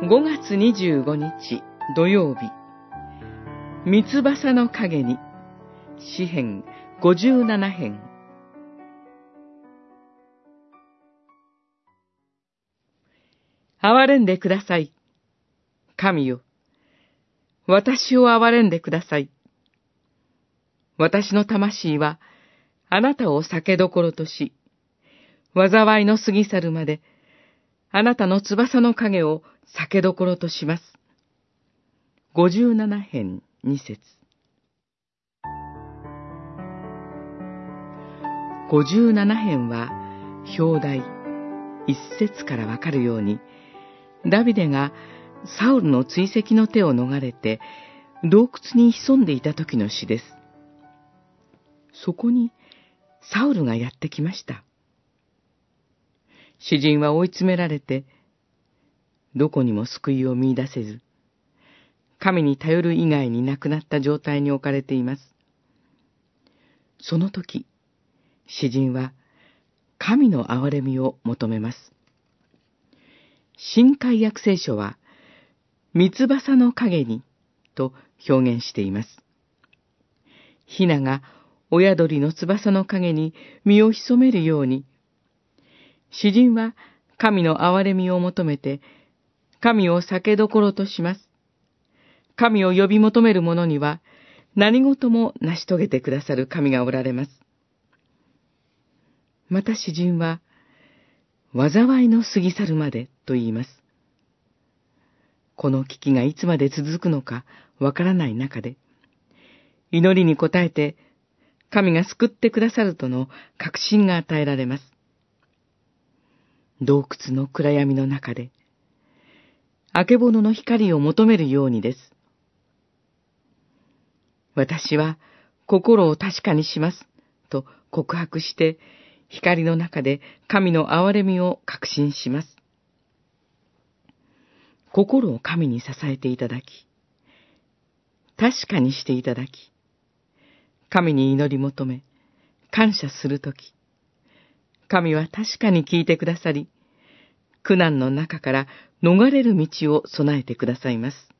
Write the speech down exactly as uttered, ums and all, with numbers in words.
ごがつにじゅうごにち土曜日、三翼の影に、詩編ごじゅうななへん。憐れんでください。神よ、私を憐れんでください。私の魂はあなたを酒どころとし、災いの過ぎ去るまで、あなたの翼の影を酒どころとします。ごじゅうななへんにせつ。ごじゅうななへんは表題一節からわかるように、ダビデがサウルの追跡の手を逃れて洞窟に潜んでいた時の詩です。そこにサウルがやってきました。詩人は追い詰められて、どこにも救いを見出せず、神に頼る以外になくなった状態に置かれています。その時、詩人は神の憐れみを求めます。新海訳聖書は、三翼の影にと表現しています。ヒナが親鳥の翼の影に身を潜めるように、詩人は神の憐れみを求めて、神を酒どころとします。神を呼び求める者には、何事も成し遂げてくださる神がおられます。また詩人は、災いの過ぎ去るまでと言います。この危機がいつまで続くのかわからない中で、祈りに応えて、神が救ってくださるとの確信が与えられます。洞窟の暗闇の中で、あけぼのの光を求めるようにです。私は心を確かにします、と告白して、光の中で神の憐れみを確信します。心を神に支えていただき、確かにしていただき、神に祈り求め、感謝するとき、神は確かに聞いてくださり、苦難の中から逃れる道を備えてくださいます。